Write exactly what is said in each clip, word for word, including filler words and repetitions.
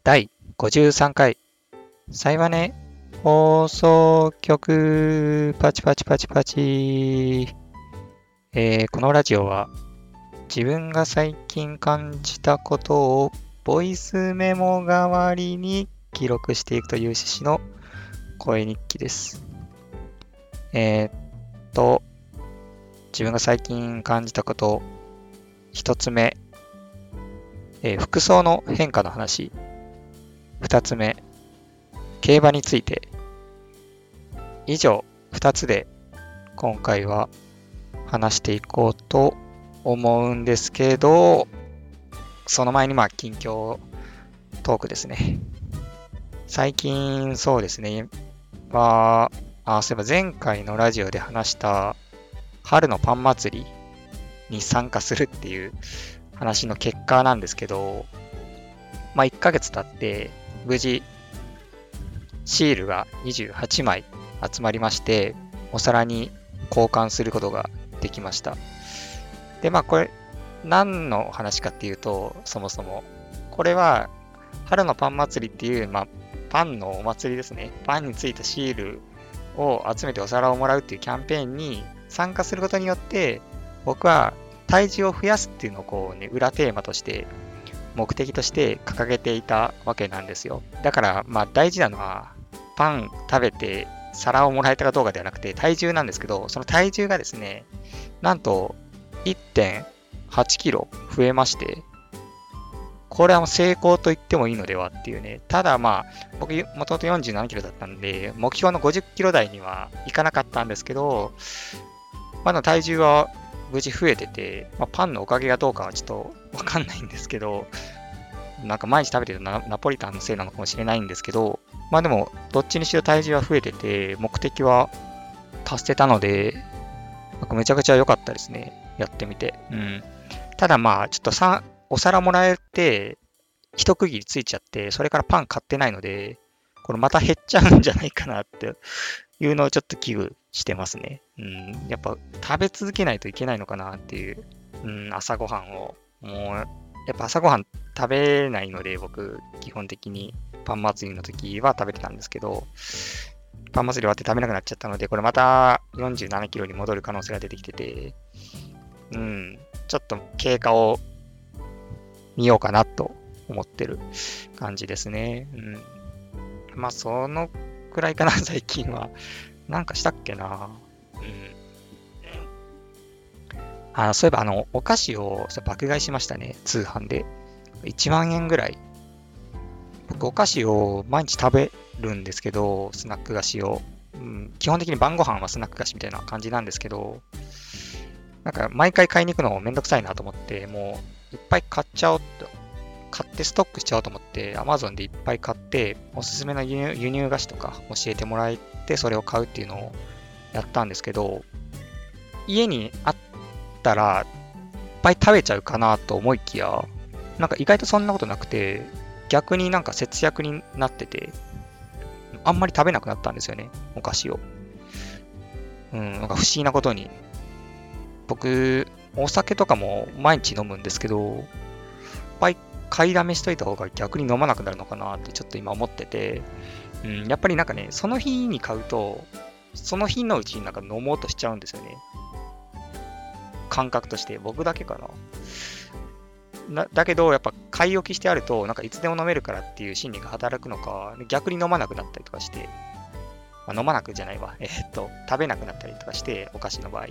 だいごじゅうさんかいサイバネ放送局パチパチパチパチ、えーこのラジオは自分が最近感じたことをボイスメモ代わりに記録していくという趣旨の声日記です。えーっと、自分が最近感じたこと、一つ目、えー服装の変化の話。二つ目、競馬について。以上、二つで今回は話していこうと思うんですけど、その前にまあ近況トークですね。最近そうですね、まあ、あ、そういえば前回のラジオで話した春のパン祭りに参加するっていう話の結果なんですけど、まあいっかげつ経って無事シールがにじゅうはちまい集まりまして、お皿に交換することができました。で、まあこれ何の話かっていうと、そもそもこれは春のパン祭りっていう、まあ、パンのお祭りですね。パンについたシールを集めてお皿をもらうっていうキャンペーンに参加することによって、僕は体重を増やすっていうのをこうね、裏テーマとして目的として掲げていたわけなんですよ。だからまあ大事なのはパン食べて皿をもらえたかどうかではなくて体重なんですけど、その体重がですね、なんと いってんはちキロ増えまして、これはもう成功と言ってもいいのではっていうね。ただまあ、僕もともとよんじゅうななキロだったんで、目標のごじゅっキロ台にはいかなかったんですけど、まだ体重は無事増えてて、まあ、パンのおかげがどうかはちょっとわかんないんですけど、なんか毎日食べてるナナポリタンのせいなのかもしれないんですけど、まあでも、どっちにしろ体重は増えてて、目的は達せたので、なんかめちゃくちゃ良かったですね。やってみて。うん。ただまあ、ちょっとさお皿もらえて、一区切りついちゃって、それからパン買ってないので、これまた減っちゃうんじゃないかなっていうのをちょっと危惧してますね。うん。やっぱ食べ続けないといけないのかなっていう、うん、朝ごはんを。もう、やっぱ朝ごはん食べないので、僕、基本的にパン祭りの時は食べてたんですけど、パン祭り終わって食べなくなっちゃったので、これまたよんじゅうななキロに戻る可能性が出てきてて、うん、ちょっと経過を見ようかなと思ってる感じですね。うん。まあ、そのくらいかな、最近は。なんかしたっけな。うん。あ、そういえば、あの、お菓子を爆買いしましたね、通販で。いちまんえんぐらい。僕、お菓子を毎日食べるんですけど、スナック菓子を。うん、基本的に晩ご飯はスナック菓子みたいな感じなんですけど、なんか毎回買いに行くのもめんどくさいなと思って、もういっぱい買っちゃおうと、買ってストックしちゃおうと思って、Amazon でいっぱい買って、おすすめの輸入輸入菓子とか教えてもらえて、それを買うっていうのをやったんですけど、家にあったらいっぱい食べちゃうかなと思いきや、なんか意外とそんなことなくて、逆になんか節約になってて、あんまり食べなくなったんですよね、お菓子を。うん、なんか不思議なことに。僕、お酒とかも毎日飲むんですけど、いっぱい買いだめしといた方が逆に飲まなくなるのかなってちょっと今思ってて、うん、やっぱりなんかね、その日に買うと、その日のうちになんか飲もうとしちゃうんですよね。感覚として。僕だけかな。なだけど、やっぱ買い置きしてあると、なんかいつでも飲めるからっていう心理が働くのか、逆に飲まなくなったりとかして、まあ、飲まなくじゃないわ。えーっと、食べなくなったりとかして、お菓子の場合。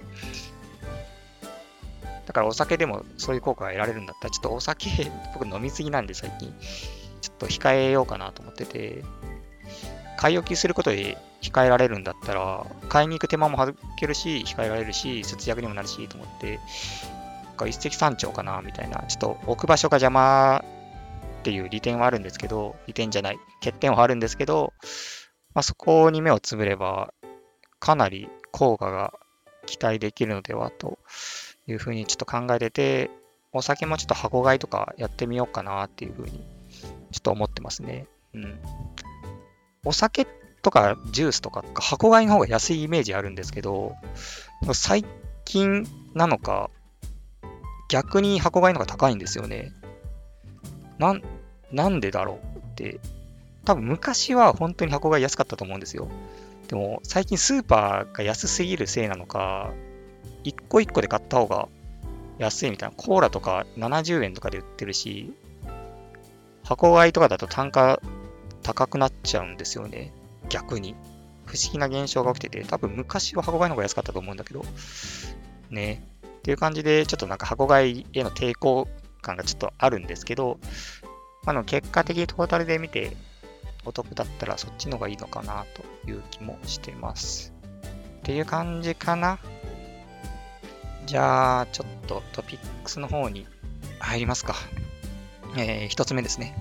だからお酒でもそういう効果が得られるんだったら、ちょっとお酒、僕飲みすぎなんで最近、ちょっと控えようかなと思ってて、買い置きすることで控えられるんだったら、買いに行く手間も省けるし、控えられるし、節約にもなるし、と思って、なんか一石三鳥かな、みたいな。ちょっと置く場所が邪魔っていう利点はあるんですけど、利点じゃない、欠点はあるんですけど、まあ、そこに目をつぶれば、かなり効果が期待できるのではというふうにちょっと考えてて、お酒もちょっと箱買いとかやってみようかなっていうふうにちょっと思ってますね。うん。お酒とかジュースとか箱買いの方が安いイメージあるんですけど、最近なのか逆に箱買いの方が高いんですよね。なん、なんでだろう。 て、多分昔は本当に箱買い安かったと思うんですよ。でも最近スーパーが安すぎるせいなのか、一個一個で買った方が安いみたいな。コーラとかななじゅうえんとかで売ってるし、箱買いとかだと単価高くなっちゃうんですよね。逆に。不思議な現象が起きてて、多分昔は箱買いの方が安かったと思うんだけど、ね。っていう感じで、ちょっとなんか箱買いへの抵抗感がちょっとあるんですけど、まあ、の結果的にトータルで見てお得だったらそっちの方がいいのかなという気もしてます。っていう感じかな。じゃあ、ちょっとトピックスの方に入りますか。えー、一つ目ですね。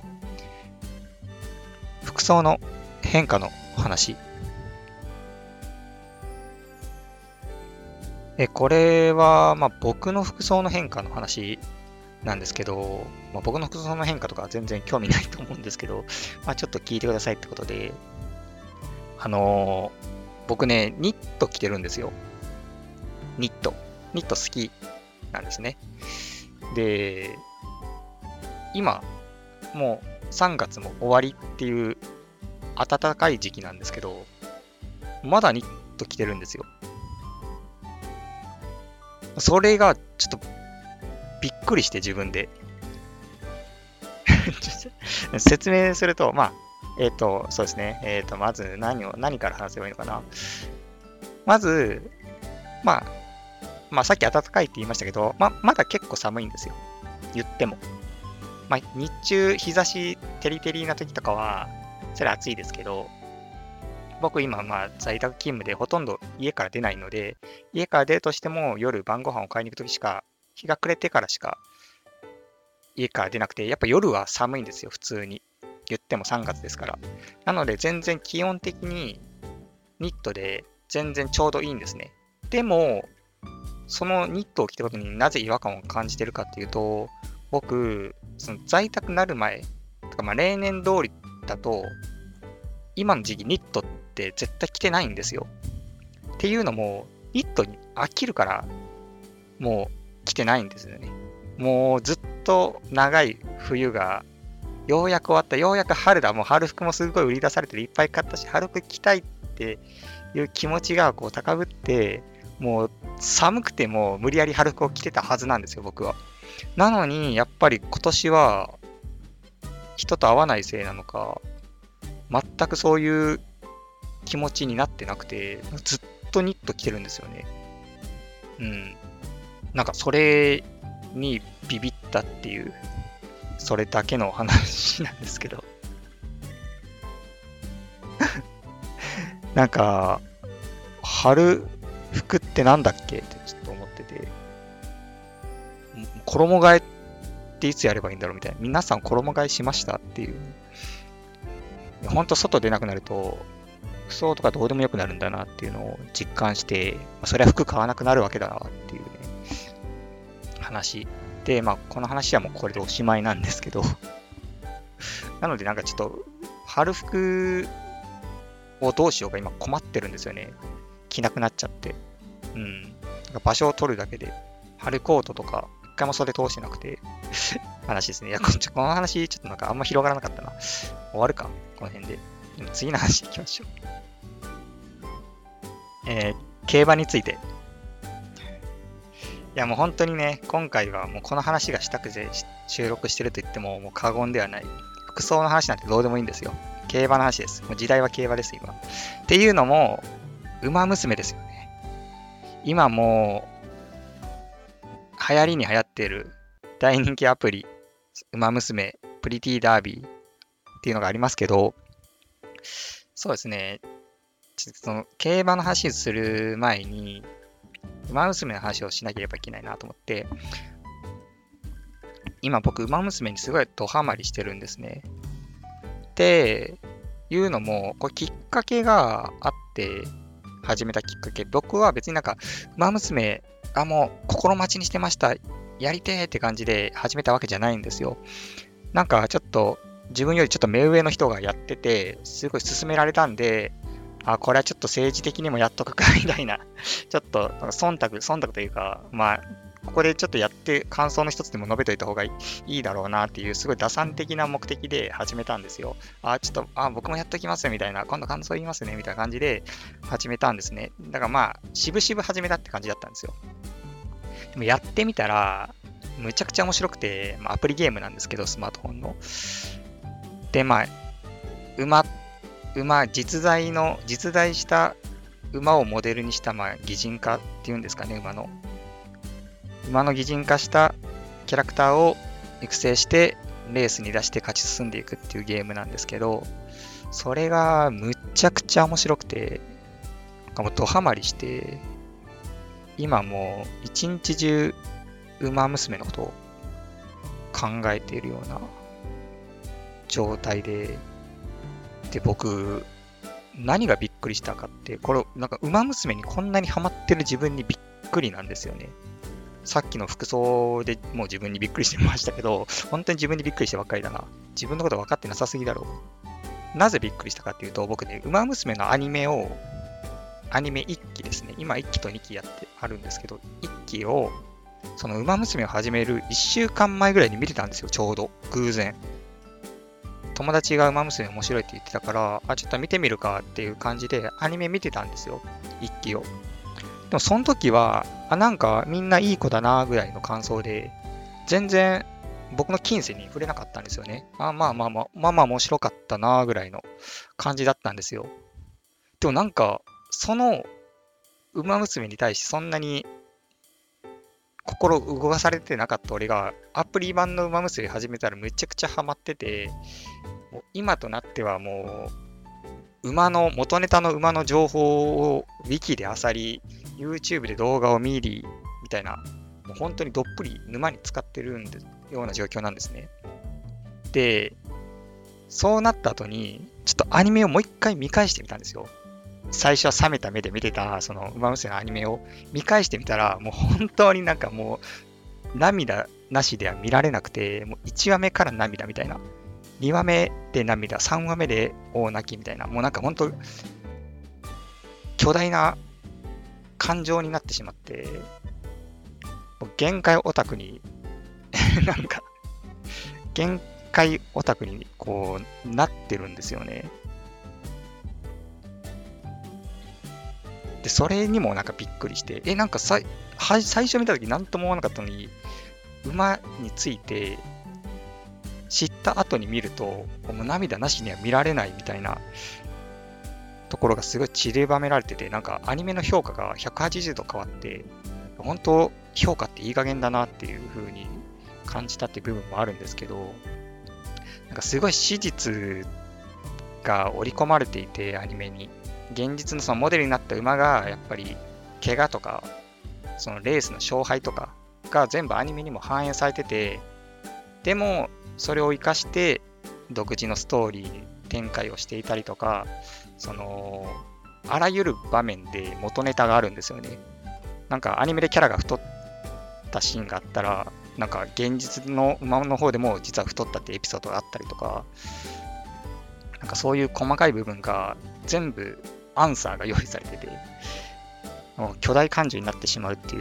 服装の変化のお話。え、これは、まあ、僕の服装の変化の話なんですけど、まあ、僕の服装の変化とかは全然興味ないと思うんですけど、まあ、ちょっと聞いてくださいってことで、あのー僕ね、ニット着てるんですよ。ニット。ニット好きなんですね。で、今、もうさんがつも終わりっていう暖かい時期なんですけど、まだニット着てるんですよ。それがちょっとびっくりして自分で。説明すると、まあ、えっ、ー、と、そうですね。えっ、ー、と、まず何を、何から話せばいいのかな。まず、まあ、まあ、さっき暖かいって言いましたけど、まあ、まだ結構寒いんですよ。言っても。まあ、日中、日差し、テリテリな時とかは、それ暑いですけど、僕今、まあ、在宅勤務でほとんど家から出ないので、家から出るとしても夜晩ご飯を買いに行く時しか、日が暮れてからしか家から出なくて、やっぱ夜は寒いんですよ、普通に。言ってもさんがつですから。なので、全然気温的にニットで全然ちょうどいいんですね。でも、そのニットを着てることになぜ違和感を感じてるかっていうと、僕、その在宅なる前、とかまあ例年通りだと、今の時期ニットって絶対着てないんですよ。っていうのも、ニットに飽きるから、もう着てないんですよね。もうずっと長い冬が、ようやく終わった、ようやく春だ、もう春服もすごい売り出されてる、いっぱい買ったし、春服着たいっていう気持ちがこう高ぶって、もう寒くても無理やり春服を着てたはずなんですよ、僕は。なのに、やっぱり今年は、人と会わないせいなのか、全くそういう気持ちになってなくて、ずっとニット着てるんですよね。うん。なんかそれにビビったっていう、それだけの話なんですけど。なんか、春服ってなんだっけってちょっと思ってて、衣替えっていつやればいいんだろうみたいな。皆さん衣替えしましたっていう。ほんと外出なくなると、服装とかどうでもよくなるんだなっていうのを実感して、そりゃ服買わなくなるわけだなっていうね、話。で、まあ、この話はもうこれでおしまいなんですけど、なのでなんかちょっと、春服をどうしようか今困ってるんですよね。着なくなっちゃって。うん。なんか場所を取るだけで、春コートとか、一回も袖通してなくて、話ですね。いや、この話、ちょっとなんかあんま広がらなかったな。終わるか、この辺で。でも次の話行きましょう。えー、競馬について。いや、もう本当にね、今回はもうこの話がしたくて収録してると言ってももう過言ではない。服装の話なんてどうでもいいんですよ。競馬の話です。もう時代は競馬です、今。っていうのも、馬娘ですよね。今もう、流行りに流行っている大人気アプリ、馬娘、プリティダービーっていうのがありますけど、そうですね、ちょっとその競馬の話する前に、馬娘の話をしなければいけないなと思って、今僕、馬娘にすごいドハマりしてるんですね。っていうのも、これきっかけがあって、始めたきっかけ、僕は別になんか、馬娘、あ、もう心待ちにしてました、やりてーって感じで始めたわけじゃないんですよ。なんかちょっと、自分よりちょっと目上の人がやってて、すごい勧められたんで、あ、これはちょっと政治的にもやっとくかみたいな、ちょっと忖度、忖度というか、まあ、 ここでちょっとやって感想の一つでも述べといた方がいいだろうなっていう、すごい打算的な目的で始めたんですよ。あ、ちょっと、あ、僕もやっときますよみたいな、今度感想言いますねみたいな感じで始めたんですね。だからまあ、渋々始めたって感じだったんですよ。でもやってみたら、むちゃくちゃ面白くて、まあ、アプリゲームなんですけど、スマートフォンの。で、まあ、馬、馬、実在の、実在した馬をモデルにした、まあ、擬人化っていうんですかね、馬の。馬の擬人化したキャラクターを育成して、レースに出して勝ち進んでいくっていうゲームなんですけど、それがむっちゃくちゃ面白くて、なんかもうドハマりして、今もう一日中、馬娘のことを考えているような状態で、で、僕、何がびっくりしたかって、これ、なんか、馬娘にこんなにハマってる自分にびっくりなんですよね。さっきの服装でもう自分にびっくりしてましたけど、本当に自分にびっくりしてばっかりだな。自分のこと分かってなさすぎだろう。なぜびっくりしたかっていうと、僕ね、馬娘のアニメを、アニメいっきですね。今いっきとにきやってあるんですけど、いっきを、その馬娘を始めるいっしゅうかんまえぐらいに見てたんですよ、ちょうど。偶然。友達が馬娘面白いって言ってたから、あ、ちょっと見てみるかっていう感じでアニメ見てたんですよ。いっきを。でもその時は、あ、なんかみんないい子だなぐらいの感想で、全然僕の近世に触れなかったんですよね。あ、まあまあまあ、まあまあ面白かったなぐらいの感じだったんですよ。でもなんか、その馬娘に対してそんなに心動かされてなかった俺が、アプリ版の馬娘始めたらめちゃくちゃハマってて、もう今となってはもう、馬の、元ネタの馬の情報を Wiki で漁り、YouTube で動画を見り、みたいな、もう本当にどっぷり沼に使ってるんでような状況なんですね。で、そうなった後に、ちょっとアニメをもう一回見返してみたんですよ。最初は冷めた目で見てた、その、馬娘のアニメを見返してみたら、もう本当になんかもう、涙なしでは見られなくて、もういちわめから涙みたいな。にわめで涙、さんわめで大泣きみたいな。もうなんか本当、巨大な感情になってしまって、もう限界オタクに、なんか、限界オタクにこう、なってるんですよね。で、それにもなんかびっくりして、え、なんかさいは最初見たとき何とも思わなかったのに、馬について知った後に見ると、もう涙なしには見られないみたいなところがすごい散りばめられてて、なんかアニメの評価がひゃくはちじゅうど変わって、本当評価っていい加減だなっていう風に感じたっていう部分もあるんですけど、なんかすごい史実が織り込まれていて、アニメに。現実のそのモデルになった馬が、やっぱり、怪我とか、そのレースの勝敗とかが全部アニメにも反映されてて、でも、それを活かして、独自のストーリー展開をしていたりとか、その、あらゆる場面で元ネタがあるんですよね。なんかアニメでキャラが太ったシーンがあったら、なんか現実の馬の方でも実は太ったってエピソードがあったりとか、なんかそういう細かい部分が全部アンサーが用意されてて、もう巨大感情になってしまうっていう、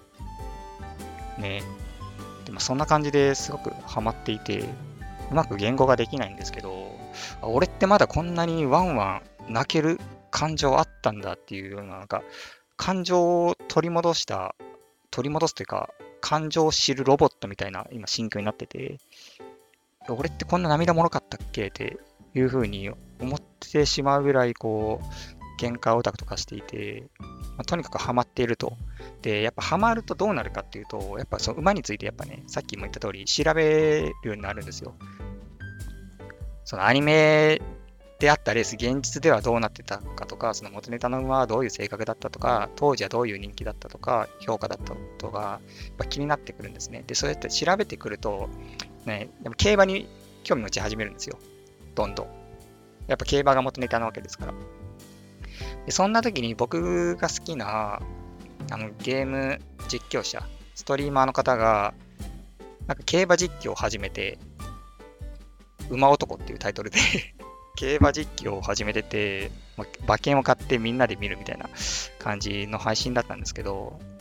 ね。でもそんな感じですごくハマっていて、うまく言語ができないんですけど、俺ってまだこんなにワンワン泣ける感情あったんだっていうような、なんか感情を取り戻した、取り戻すというか、感情を知るロボットみたいな今心境になってて、俺ってこんな涙もろかったっけっていう風に思ってしまうぐらい、こう、喧嘩オタクとかしていて、まあ、とにかくハマっていると。で、やっぱハマるとどうなるかっていうと、やっぱその馬についてやっぱね、さっきも言った通り調べるようになるんですよ。そのアニメであったレース、現実ではどうなってたかとか、その元ネタの馬はどういう性格だったとか、当時はどういう人気だったとか、評価だったとか、やっぱ気になってくるんですね。で、そうやって調べてくると、ね、でも競馬に興味持ち始めるんですよ。どんどん。やっぱ競馬が元ネタなわけですから。で、そんな時に僕が好きなあのゲーム実況者、ストリーマーの方が、なんか競馬実況を始めて、馬男っていうタイトルで競馬実況を始めてて、馬券を買ってみんなで見るみたいな感じの配信だったんですけど、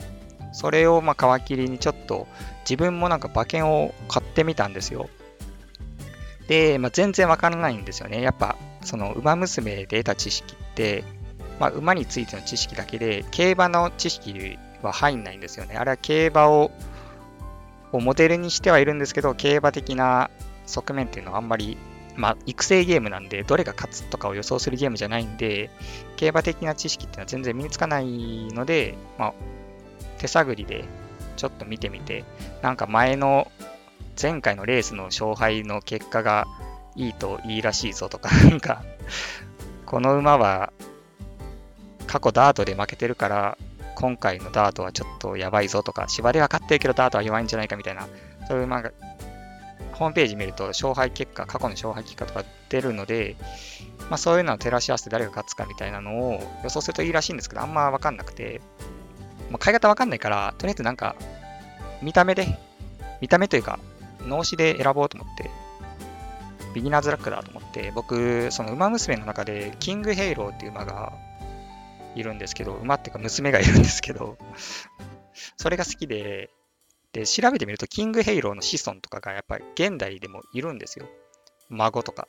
それをまあ皮切りにちょっと自分もなんか馬券を買ってみたんですよ。で、まあ、全然わからないんですよね。やっぱその馬娘で得た知識って、まあ、馬についての知識だけで競馬の知識は入んないんですよね。あれは競馬ををモデルにしてはいるんですけど、競馬的な側面っていうのはあんまり、まあ、育成ゲームなんで、どれが勝つとかを予想するゲームじゃないんで、競馬的な知識っていうのは全然身につかないので、まあ、手探りでちょっと見てみて、なんか前の前回のレースの勝敗の結果がいいといいらしいぞとか、なんか、この馬は過去ダートで負けてるから、今回のダートはちょっとやばいぞとか、芝では勝ってるけどダートは弱いんじゃないかみたいな、そういう馬が、ホームページ見ると勝敗結果、過去の勝敗結果とか出るので、まあそういうのを照らし合わせて誰が勝つかみたいなのを予想するといいらしいんですけど、あんまわかんなくて、まあ、買い方わかんないから、とりあえずなんか、見た目で、見た目というか、脳死で選ぼうと思って、ビギナーズラックだと思って、僕、その馬娘の中で、キングヘイローっていう馬がいるんですけど、馬っていうか娘がいるんですけど、それが好きで、で、調べてみると、キングヘイローの子孫とかがやっぱり現代でもいるんですよ。孫とか、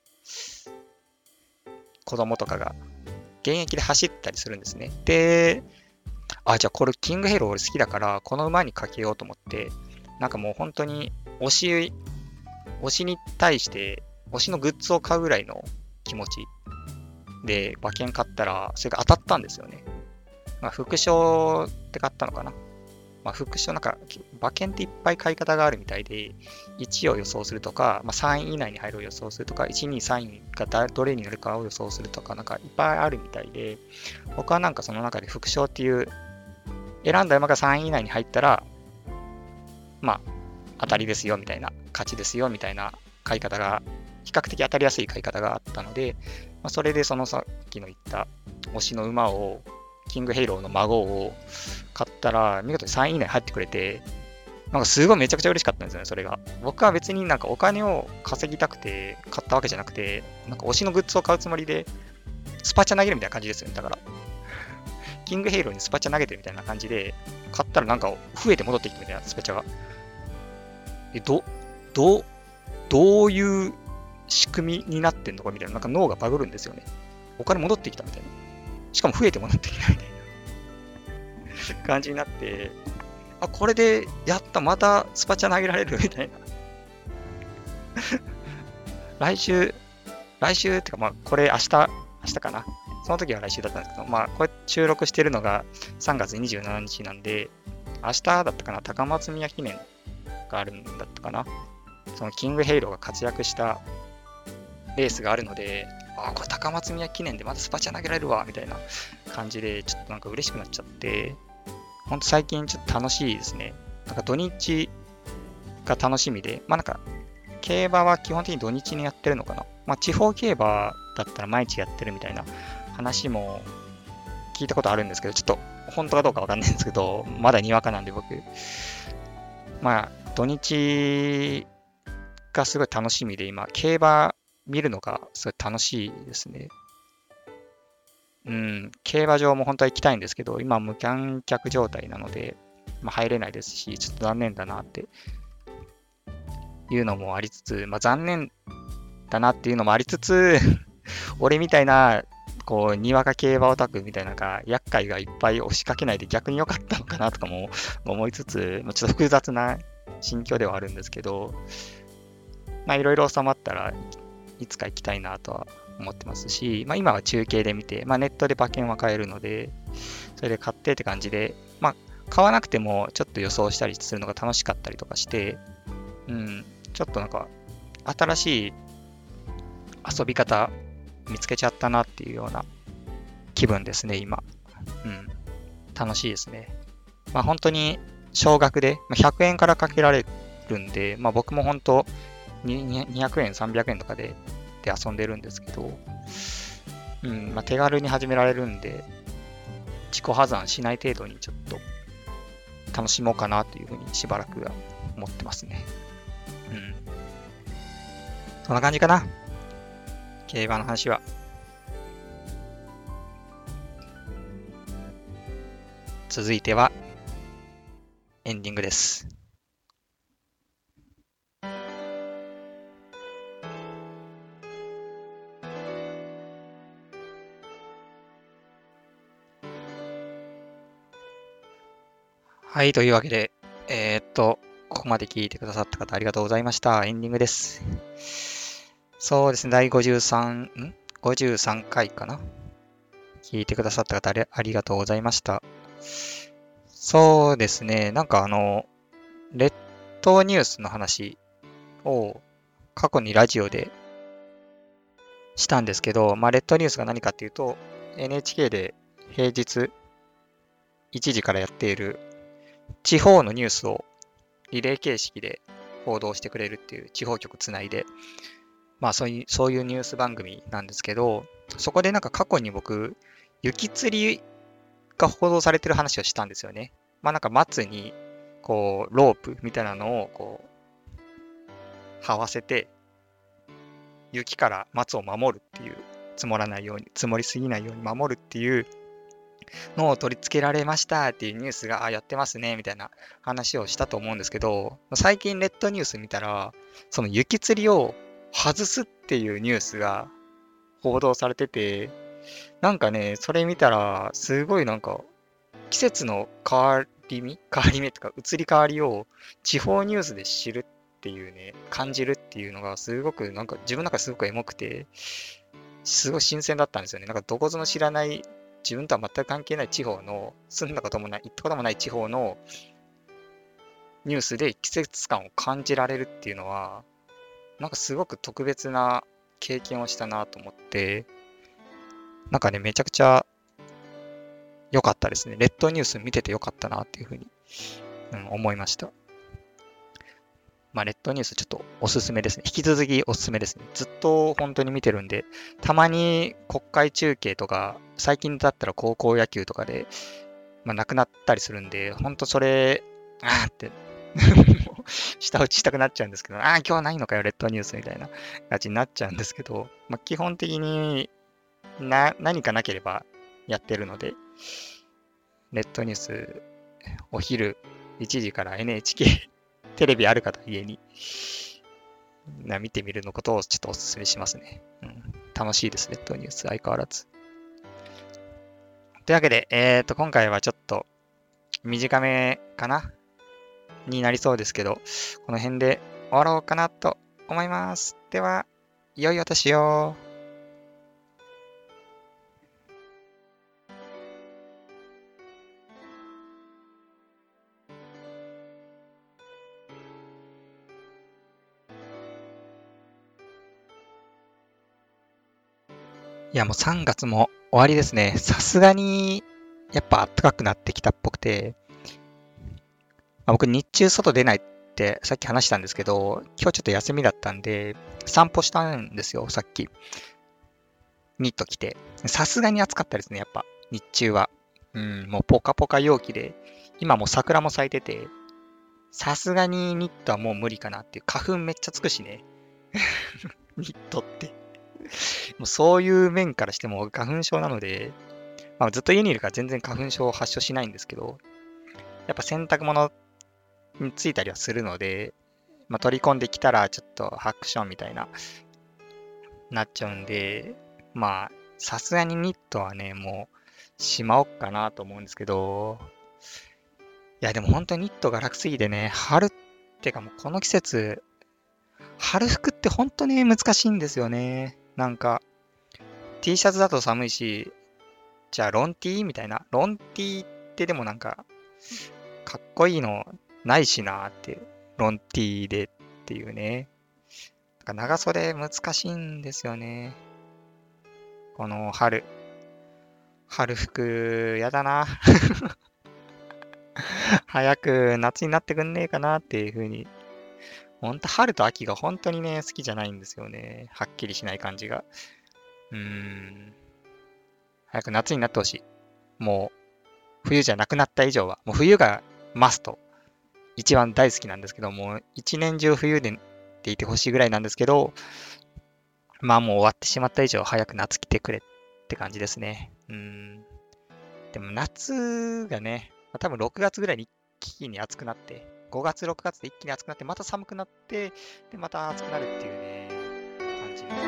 子供とかが、現役で走ったりするんですね。で、あ、じゃあこれキングヘイロー俺好きだから、この馬にかけようと思って、なんかもう本当に推し、推しに対して、推しのグッズを買うぐらいの気持ちで馬券買ったら、それが当たったんですよね。まあ、副賞って買ったのかな。まあ、副賞なんか、馬券っていっぱい買い方があるみたいで、いちを予想するとか、まあ、さんい以内に入るを予想するとか、いち、に、さんいがどれになるかを予想するとか、なんかいっぱいあるみたいで、僕はなんかその中で副賞っていう、選んだ馬がさんい以内に入ったら、まあ、当たりですよみたいな、勝ちですよみたいな買い方が、比較的当たりやすい買い方があったので、まあ、それでそのさっきの言った推しの馬を、キングヘイローの孫を買ったら、見事にさんい以内に入ってくれて、なんかすごいめちゃくちゃ嬉しかったんですよね、それが。僕は別になんかお金を稼ぎたくて買ったわけじゃなくて、なんか推しのグッズを買うつもりで、スパチャ投げるみたいな感じですよね、だから。キングヘイローにスパチャ投げてるみたいな感じで、買ったらなんか増えて戻ってきたみたいな、スパチャが。え、ど、どう、どういう仕組みになってんのかみたいな、なんか脳がバグるんですよね。お金戻ってきたみたいな。しかも増えて戻ってきたみたいな感じになって、あ、これでやった、またスパチャ投げられるみたいな。来週、来週ってか、まあ、これ明日、明日かな。その時は来週だったんですけど、まあ、これ収録してるのがさんがつにじゅうしちにちなんで、明日だったかな、高松宮記念があるんだったかな。そのキングヘイローが活躍したレースがあるので、あ、これ高松宮記念でまたスパチャ投げられるわ、みたいな感じで、ちょっとなんか嬉しくなっちゃって、ほんと最近ちょっと楽しいですね。なんか土日が楽しみで、まあなんか、競馬は基本的に土日にやってるのかな。まあ地方競馬だったら毎日やってるみたいな話も聞いたことあるんですけど、ちょっと本当かどうかわかんないんですけど、まだにわかなんで僕。まあ土日がすごい楽しみで今、競馬見るのがすごい楽しいですね。うん、競馬場も本当は行きたいんですけど、今無観客状態なので、まあ、入れないですし、ちょっと残念だなっていうのもありつつ、まあ、残念だなっていうのもありつつ、俺みたいな、こう、にわか競馬オタクみたいなのが、厄介がいっぱい押しかけないで逆に良かったのかなとかも思いつつ、ちょっと複雑な心境ではあるんですけど、まあいろいろ収まったらいつか行きたいなとは思ってますし、まあ今は中継で見て、まあネットで馬券は買えるので、それで買ってって感じで、まあ買わなくてもちょっと予想したりするのが楽しかったりとかして、うん、ちょっとなんか新しい遊び方見つけちゃったなっていうような気分ですね、今。うん。楽しいですね。まあ本当に少額でひゃくえんからかけられるんで、まあ僕も本当にひゃくえん、さんびゃくえんとかでで遊んでるんですけど、うん、まあ手軽に始められるんで、自己破産しない程度にちょっと楽しもうかなというふうにしばらくは思ってますね。うん。そんな感じかな。競馬の話は。続いては、 エンディングです。はい、というわけで、えー、っと、ここまで聞いてくださった方ありがとうございました。エンディングです。そうですね、だいごじゅうさん、ん ?ごじゅうさん 回かな聞いてくださった方ありがとうございました。そうですね、なんかあの、列島ニュースの話を過去にラジオでしたんですけど、まあ、列島ニュースが何かっていうと、エヌエイチケー で平日いちじからやっている地方のニュースをリレー形式で報道してくれるっていう地方局つないで、まあそういう、そういうニュース番組なんですけど、そこでなんか過去に僕、雪吊りが報道されてる話をしたんですよね。まあなんか松に、こう、ロープみたいなのをこう、這わせて、雪から松を守るっていう、積もらないように、積もりすぎないように守るっていうのを取り付けられましたっていうニュースが、あ、やってますね、みたいな話をしたと思うんですけど、最近レッドニュース見たら、その雪吊りを外すっていうニュースが報道されてて、なんかね、それ見たら、すごいなんか、季節の変わり目変わり目とか移り変わりを地方ニュースで知るっていうね、感じるっていうのがすごくなんか自分の中ですごくエモくて、すごい新鮮だったんですよね。なんかどこぞの知らない自分とは全く関係ない地方の、住んだこともない、行ったこともない地方のニュースで季節感を感じられるっていうのは、なんかすごく特別な経験をしたなと思って、なんかね、めちゃくちゃ良かったですね。列島ニュース見てて良かったなっていうふうに、うん、思いました。まあ、列島ニュースちょっとおすすめですね。引き続きおすすめですね。ずっと本当に見てるんで、たまに国会中継とか、最近だったら高校野球とかで、まあ、なくなったりするんで、ほんとそれ、あーって舌打ちしたくなっちゃうんですけど、ああ、今日ないのかよ、レッドニュースみたいな感じになっちゃうんですけど、まあ、基本的にな何かなければやってるので、レッドニュース、お昼いちじから エヌエイチケー テレビある方家にな見てみるのことをちょっとお勧めしますね。うん、楽しいです、レッドニュース、相変わらず。というわけで、えっ、ー、と、今回はちょっと短めかなになりそうですけど、この辺で終わろうかなと思います。では、良いお年を。いや、もうさんがつも終わりですね。さすがに、やっぱ暖かくなってきたっぽくて、まあ、僕日中外出ないってさっき話したんですけど、今日ちょっと休みだったんで、散歩したんですよ、さっき。ニット着て。さすがに暑かったですね、やっぱ。日中は。うん、もうポカポカ陽気で、今もう桜も咲いてて、さすがにニットはもう無理かなっていう。花粉めっちゃつくしね。ニットって。もうそういう面からしても花粉症なので、まあ、ずっと家にいるから全然花粉症を発症しないんですけど、やっぱ洗濯物についたりはするので、まあ、取り込んできたらちょっとハクションみたいな、なっちゃうんで、まあ、さすがにニットはね、もうしまおっかなと思うんですけど、いやでも本当にニットが楽すぎてね、春ってかもうこの季節、春服って本当に難しいんですよね。なんか、T シャツだと寒いし、じゃあロン T みたいな。ロン T ってでもなんか、かっこいいのないしなーっていう。ロン T でっていうね。なんか長袖難しいんですよね。この春。春服、やだな。早く夏になってくんねえかなっていう風に。ほんと春と秋が本当にね、好きじゃないんですよね。はっきりしない感じが。うーん。早く夏になってほしい。もう、冬じゃなくなった以上は、もう冬がマスト。一番大好きなんですけども、一年中冬でっていてほしいぐらいなんですけど、まあもう終わってしまった以上、早く夏来てくれって感じですね。うん。でも夏がね、多分ろくがつぐらいに一一気に暑くなって、ごがつ、ろくがつで一気に暑くなって、また寒くなって、で、また暑くなるっていうね、感じの